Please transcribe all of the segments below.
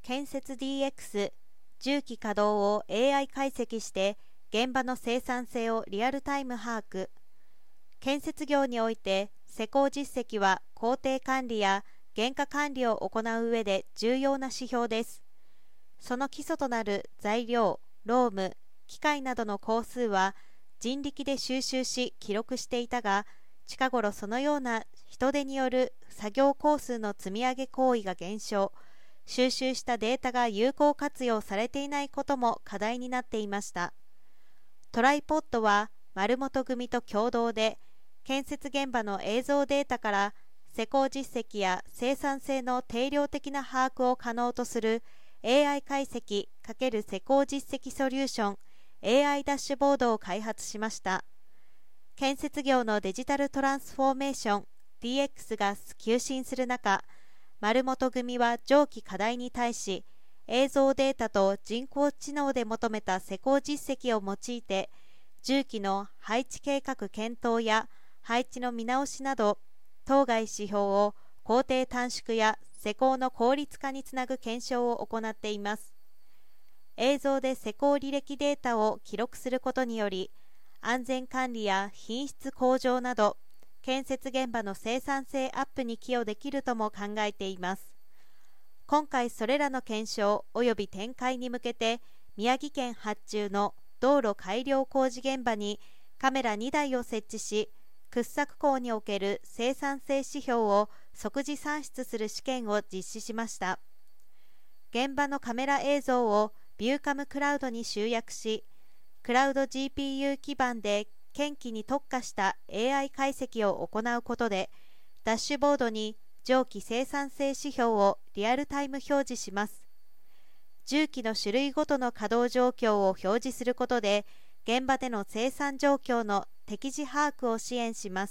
建設 DX、重機稼働を AI 解析して現場の生産性をリアルタイム把握。建設業において施工実績は工程管理や原価管理を行う上で重要な指標です。その基礎となる材料、労務、機械などの工数は人力で収集し記録していたが、近頃そのような人手による作業工数の積み上げ行為が減少、収集したデータが有効活用されていないことも課題になっていました。トライポッドは丸本組と共同で建設現場の映像データから施工実績や生産性の定量的な把握を可能とする AI 解析×施工実績ソリューション AI ダッシュボードを開発しました。建設業のデジタルトランスフォーメーション DX が急進する中、丸本組は上記課題に対し、映像データと人工知能で求めた施工実績を用いて、重機の配置計画検討や配置の見直しなど、当該指標を工程短縮や施工の効率化につなぐ検証を行っています。映像で施工履歴データを記録することにより、安全管理や品質向上など、建設現場の生産性アップに寄与できるとも考えています。今回それらの検証及び展開に向けて、宮城県発注の道路改良工事現場にカメラ2台を設置し、掘削工における生産性指標を即時算出する試験を実施しました。現場のカメラ映像をビューカムクラウドに集約し、クラウド GPU 基盤で検機に特化した AI 解析を行うことで、ダッシュボードに上記生産性指標をリアルタイム表示します。重機の種類ごとの稼働状況を表示することで、現場での生産状況の適時把握を支援します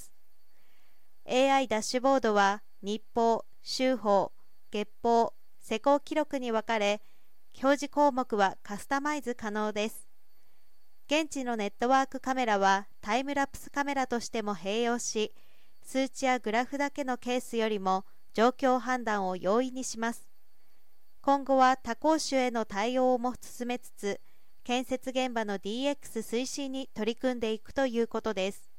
。AI ダッシュボードは日報、週報、月報、施工記録に分かれ、表示項目はカスタマイズ可能です。現地のネットワークカメラはタイムラプスカメラとしても併用し、数値やグラフだけのケースよりも状況判断を容易にします。今後は多工種への対応も進めつつ、建設現場の DX 推進に取り組んでいくということです。